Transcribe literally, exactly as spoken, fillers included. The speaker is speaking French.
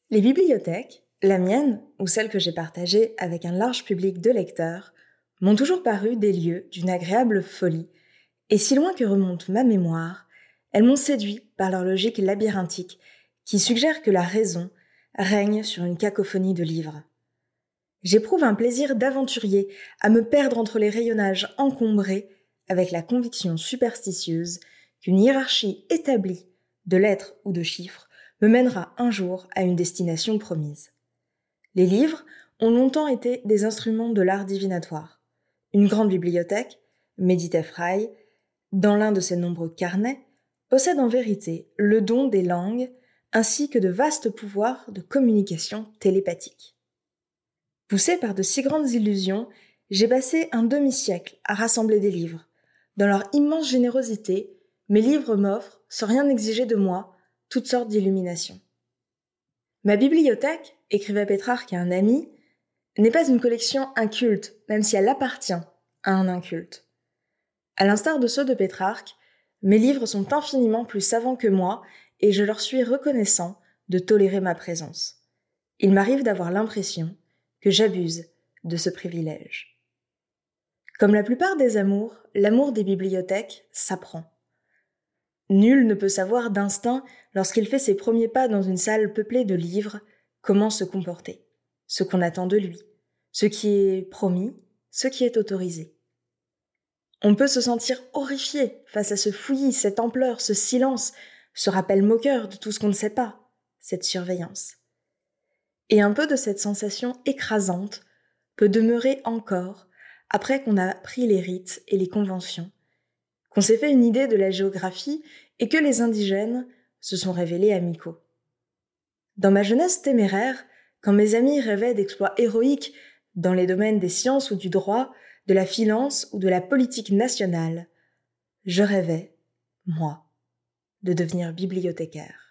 Les bibliothèques, la mienne ou celle que j'ai partagée avec un large public de lecteurs, m'ont toujours paru des lieux d'une agréable folie, et si loin que remonte ma mémoire, elles m'ont séduit par leur logique labyrinthique qui suggère que la raison règne sur une cacophonie de livres. J'éprouve un plaisir d'aventurier à me perdre entre les rayonnages encombrés avec la conviction superstitieuse qu'une hiérarchie établie de lettres ou de chiffres me mènera un jour à une destination promise. Les livres ont longtemps été des instruments de l'art divinatoire. Une grande bibliothèque, Meditef Raï, dans l'un de ses nombreux carnets, possède en vérité le don des langues ainsi que de vastes pouvoirs de communication télépathique. Poussé par de si grandes illusions, j'ai passé un demi-siècle à rassembler des livres. Dans leur immense générosité, mes livres m'offrent, sans rien exiger de moi, toutes sortes d'illuminations. Ma bibliothèque, écrivait Pétrarque à un ami, n'est pas une collection inculte, même si elle appartient à un inculte. À l'instar de ceux de Pétrarque, mes livres sont infiniment plus savants que moi et je leur suis reconnaissant de tolérer ma présence. Il m'arrive d'avoir l'impression que j'abuse de ce privilège. Comme la plupart des amours, l'amour des bibliothèques s'apprend. Nul ne peut savoir d'instinct, lorsqu'il fait ses premiers pas dans une salle peuplée de livres, comment se comporter, ce qu'on attend de lui, ce qui est promis, ce qui est autorisé. On peut se sentir horrifié face à ce fouillis, cette ampleur, ce silence, ce rappel moqueur de tout ce qu'on ne sait pas, cette surveillance. Et un peu de cette sensation écrasante peut demeurer encore après qu'on a appris les rites et les conventions, qu'on s'est fait une idée de la géographie et que les indigènes se sont révélés amicaux. Dans ma jeunesse téméraire, quand mes amis rêvaient d'exploits héroïques dans les domaines des sciences ou du droit, de la finance ou de la politique nationale, je rêvais, moi, de devenir bibliothécaire.